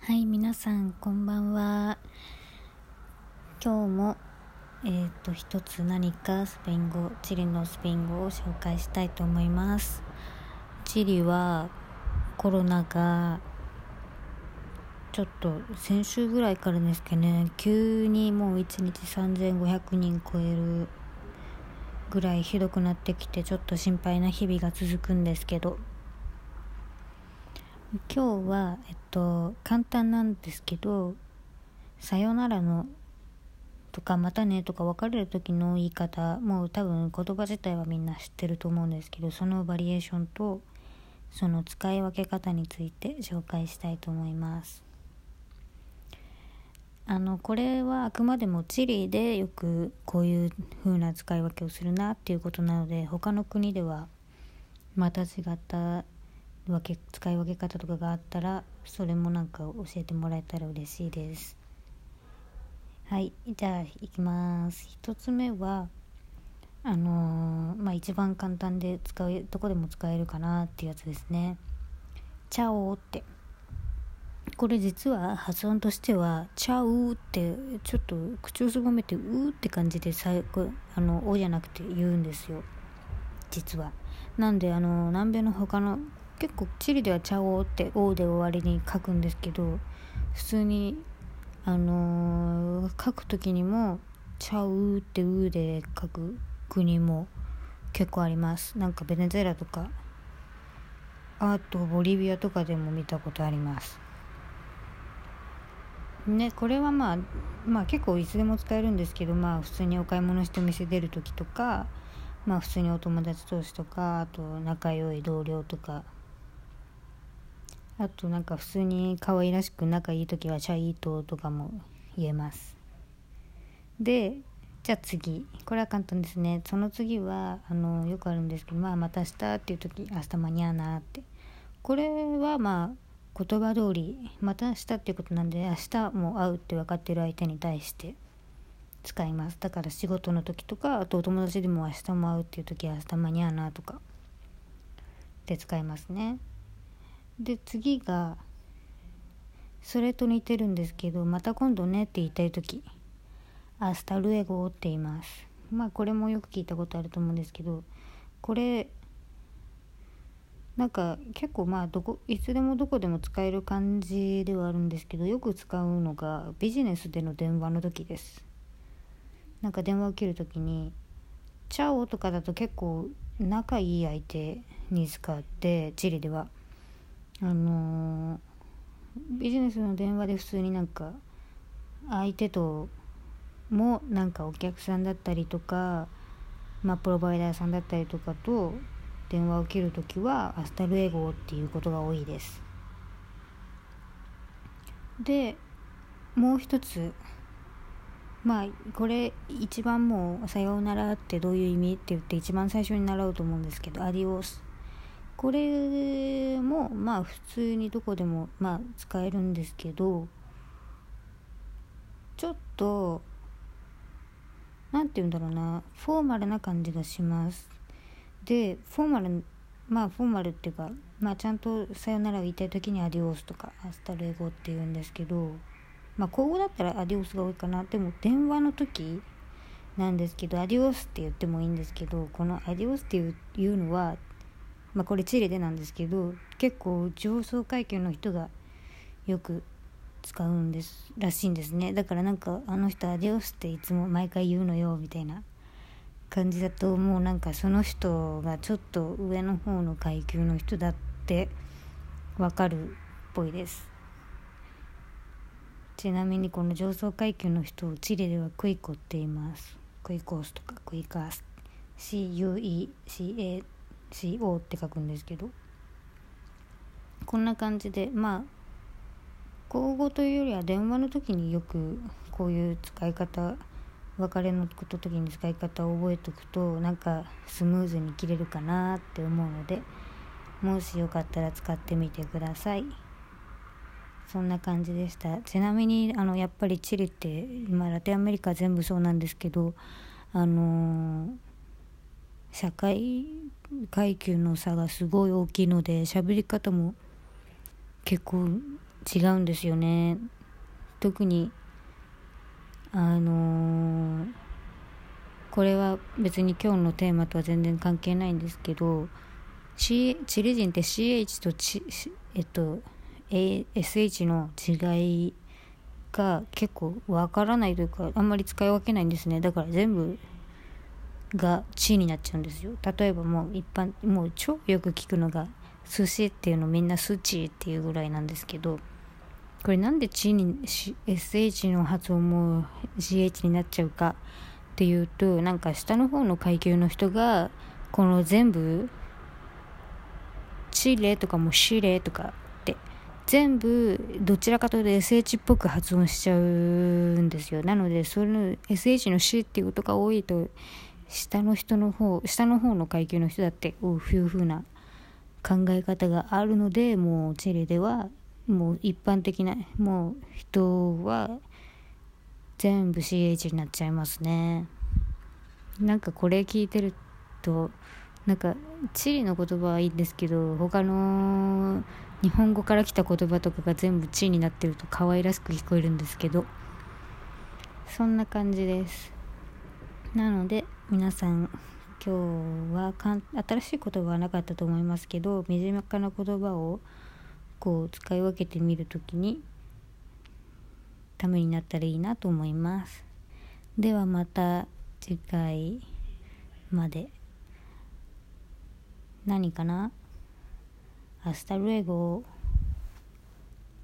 はい、皆さんこんばんは。今日も一つ何かチリのスペイン語を紹介したいと思います。チリはコロナがちょっと先週ぐらいからですかね、急にもう1日3500人超えるぐらいひどくなってきて、ちょっと心配な日々が続くんですけど、今日は簡単なんですけど、さよならのとかまたねとか別れる時の言い方、もう多分言葉自体はみんな知ってると思うんですけど、そのバリエーションとその使い分け方について紹介したいと思います。これはあくまでもチリでよくこういう風な使い分けをするなっていうことなので、他の国ではまた違った使い分け方とかがあったら、それもなんか教えてもらえたら嬉しいです。はい、じゃあいきます。一つ目は一番簡単でどこでも使えるかなっていうやつですね。チャオって、これ実は発音としてはチャウってちょっと口をすぼめてうーって感じで最後おじゃなくて言うんですよ、実は。なんで南米の他の結構チリではチャオっておで終わりに書くんですけど、普通に書くときにもチャウってウで書く国も結構あります。なんかベネズエラとか、あとボリビアとかでも見たことありますね。これはまあ結構いつでも使えるんですけど、普通にお買い物してお店出るときとか、普通にお友達同士とか、あと仲良い同僚とか、あとなんか普通に可愛らしく仲いいときはチャイートとかも言えます。で、じゃあ次、これは簡単ですね。その次はよくあるんですけど、また明日っていう時、明日間に合うなって、これは言葉通りまた明日っていうことなんで、明日も会うって分かってる相手に対して使います。だから仕事の時とか、あとお友達でも明日も会うっていう時は明日間に合うなとかで使いますね。で、次がそれと似てるんですけど、また今度ねって言いたい時、アスタルエゴって言います。これもよく聞いたことあると思うんですけど、これなんか結構いつでもどこでも使える感じではあるんですけど、よく使うのがビジネスでの電話の時です。なんか電話を切る時にチャオとかだと結構仲いい相手に使って、チリではビジネスの電話で普通になんか相手ともなんかお客さんだったりとか、プロバイダーさんだったりとかと電話を切るときはアスタルエゴっていうことが多いです。で、もう一つ、これ一番もうさようならってどういう意味って言って一番最初に習うと思うんですけど、アディオス、これも普通にどこでも使えるんですけど、ちょっとなんて言うんだろうな、フォーマルな感じがします。で、フォーマルっていうか、ちゃんとさよならを言いたい時にアディオスとかアスタルエゴって言うんですけど、口語だったらアディオスが多いかな。でも電話の時なんですけど、アディオスって言ってもいいんですけど、このアディオスっていうのは、これチリでなんですけど、結構上層階級の人がよく使うんですらしいんですね。だからなんかあの人アディオスっていつも毎回言うのよみたいな感じだと、もうなんかその人がちょっと上の方の階級の人だってわかるっぽいです。ちなみにこの上層階級の人をチリではクイコって言います。クイコースとかクイカース、 CUECACO って書くんですけど、こんな感じで口語というよりは電話の時によくこういう使い方、別れの時に使い方を覚えておくとなんかスムーズに切れるかなって思うので、もしよかったら使ってみてください。そんな感じでした。ちなみにやっぱりチリってラテンアメリカ全部そうなんですけど、社会階級の差がすごい大きいので、喋り方も結構違うんですよね。特にこれは別に今日のテーマとは全然関係ないんですけど、チリ人って CH とSH の違いが結構わからないというか、あんまり使い分けないんですね。だから全部がチになっちゃうんですよ。例えばもう超よく聞くのが寿司っていうの、みんなスチっていうぐらいなんですけど、これなんでチに SH の発音も CH になっちゃうかっていうと、なんか下の方の階級の人がこの全部チレとかもシレとかって全部どちらかというと SH っぽく発音しちゃうんですよ。なのでその SH のシっていうことが多いと、下の方の階級の人だってこういう風な考え方があるので、もうチリではもう一般的なもう人は全部 CH になっちゃいますね。なんかこれ聞いてると、なんかチリの言葉はいいんですけど、他の日本語から来た言葉とかが全部チになってると可愛らしく聞こえるんですけど、そんな感じです。なので皆さん、今日は新しい言葉はなかったと思いますけど、身近な言葉をこう使い分けてみるときにためになったらいいなと思います。ではまた次回まで。何かな？アスタルエゴ。